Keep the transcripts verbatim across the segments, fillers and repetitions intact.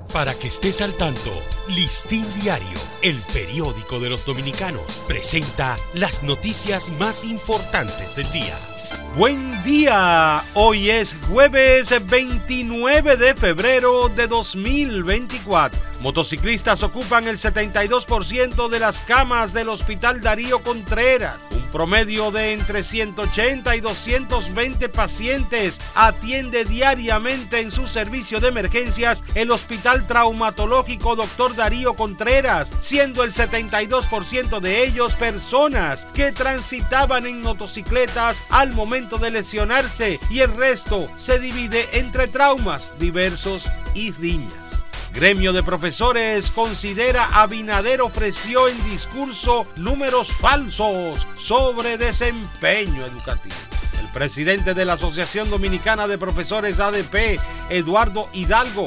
Para que estés al tanto, Listín Diario, el periódico de los dominicanos, presenta las noticias más importantes del día. Buen día, hoy es jueves veintinueve de febrero de dos mil veinticuatro. Motociclistas ocupan el setenta y dos por ciento de las camas del Hospital Darío Contreras. Un promedio de entre ciento ochenta y doscientos veinte pacientes atiende diariamente en su servicio de emergencias el Hospital Traumatológico Doctor Darío Contreras, siendo el setenta y dos por ciento de ellos personas que transitaban en motocicletas al momento de lesionarse, y el resto se divide entre traumas diversos y riñas. Gremio de profesores considera Abinader ofreció en discurso números falsos sobre desempeño educativo. El presidente de la Asociación Dominicana de Profesores A D P, Eduardo Hidalgo,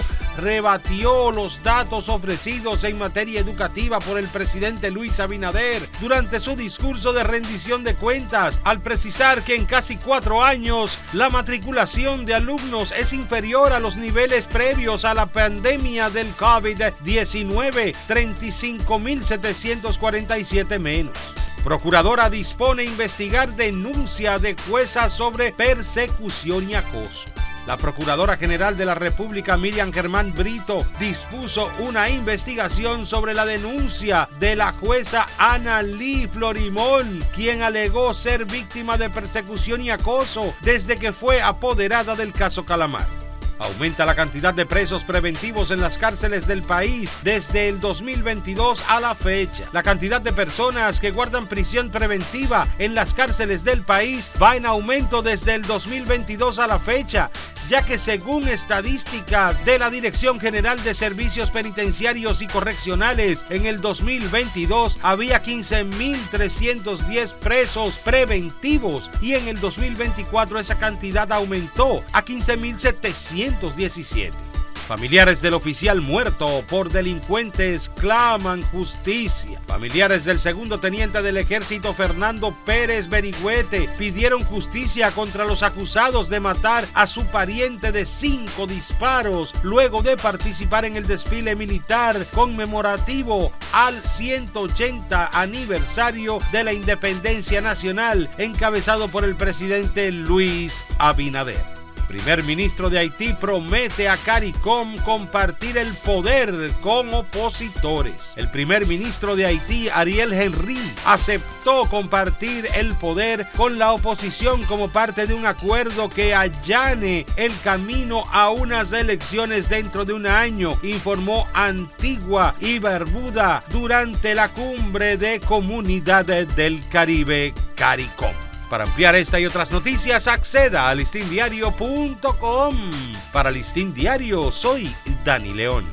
rebatió los datos ofrecidos en materia educativa por el presidente Luis Abinader durante su discurso de rendición de cuentas, al precisar que en casi cuatro años la matriculación de alumnos es inferior a los niveles previos a la pandemia del COVID diecinueve, treinta y cinco mil setecientos cuarenta y siete menos. Procuradora dispone investigar denuncia de jueza sobre persecución y acoso. La Procuradora General de la República, Miriam Germán Brito, dispuso una investigación sobre la denuncia de la jueza Ana Lee Florimón, quien alegó ser víctima de persecución y acoso desde que fue apoderada del caso Calamar. Aumenta la cantidad de presos preventivos en las cárceles del país desde el dos mil veintidós a la fecha. La cantidad de personas que guardan prisión preventiva en las cárceles del país va en aumento desde el dos mil veintidós a la fecha, ya que según estadísticas de la Dirección General de Servicios Penitenciarios y Correccionales, en el dos mil veintidós había quince mil trescientos diez presos preventivos y en el dos mil veinticuatro esa cantidad aumentó a quince mil setecientos diecisiete. Familiares del oficial muerto por delincuentes claman justicia. Familiares del segundo teniente del ejército Fernando Pérez Berigüete pidieron justicia contra los acusados de matar a su pariente de cinco disparos luego de participar en el desfile militar conmemorativo al ciento ochenta aniversario de la independencia nacional, encabezado por el presidente Luis Abinader. Primer ministro de Haití promete a CARICOM compartir el poder con opositores. El primer ministro de Haití, Ariel Henry, aceptó compartir el poder con la oposición como parte de un acuerdo que allane el camino a unas elecciones dentro de un año, informó Antigua y Barbuda durante la cumbre de Comunidades del Caribe, CARICOM. Para ampliar esta y otras noticias, acceda a listín diario punto com. Para Listín Diario, soy Dani León.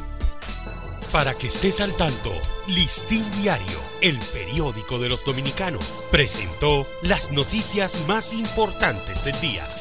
Para que estés al tanto, Listín Diario, el periódico de los dominicanos, presentó las noticias más importantes del día.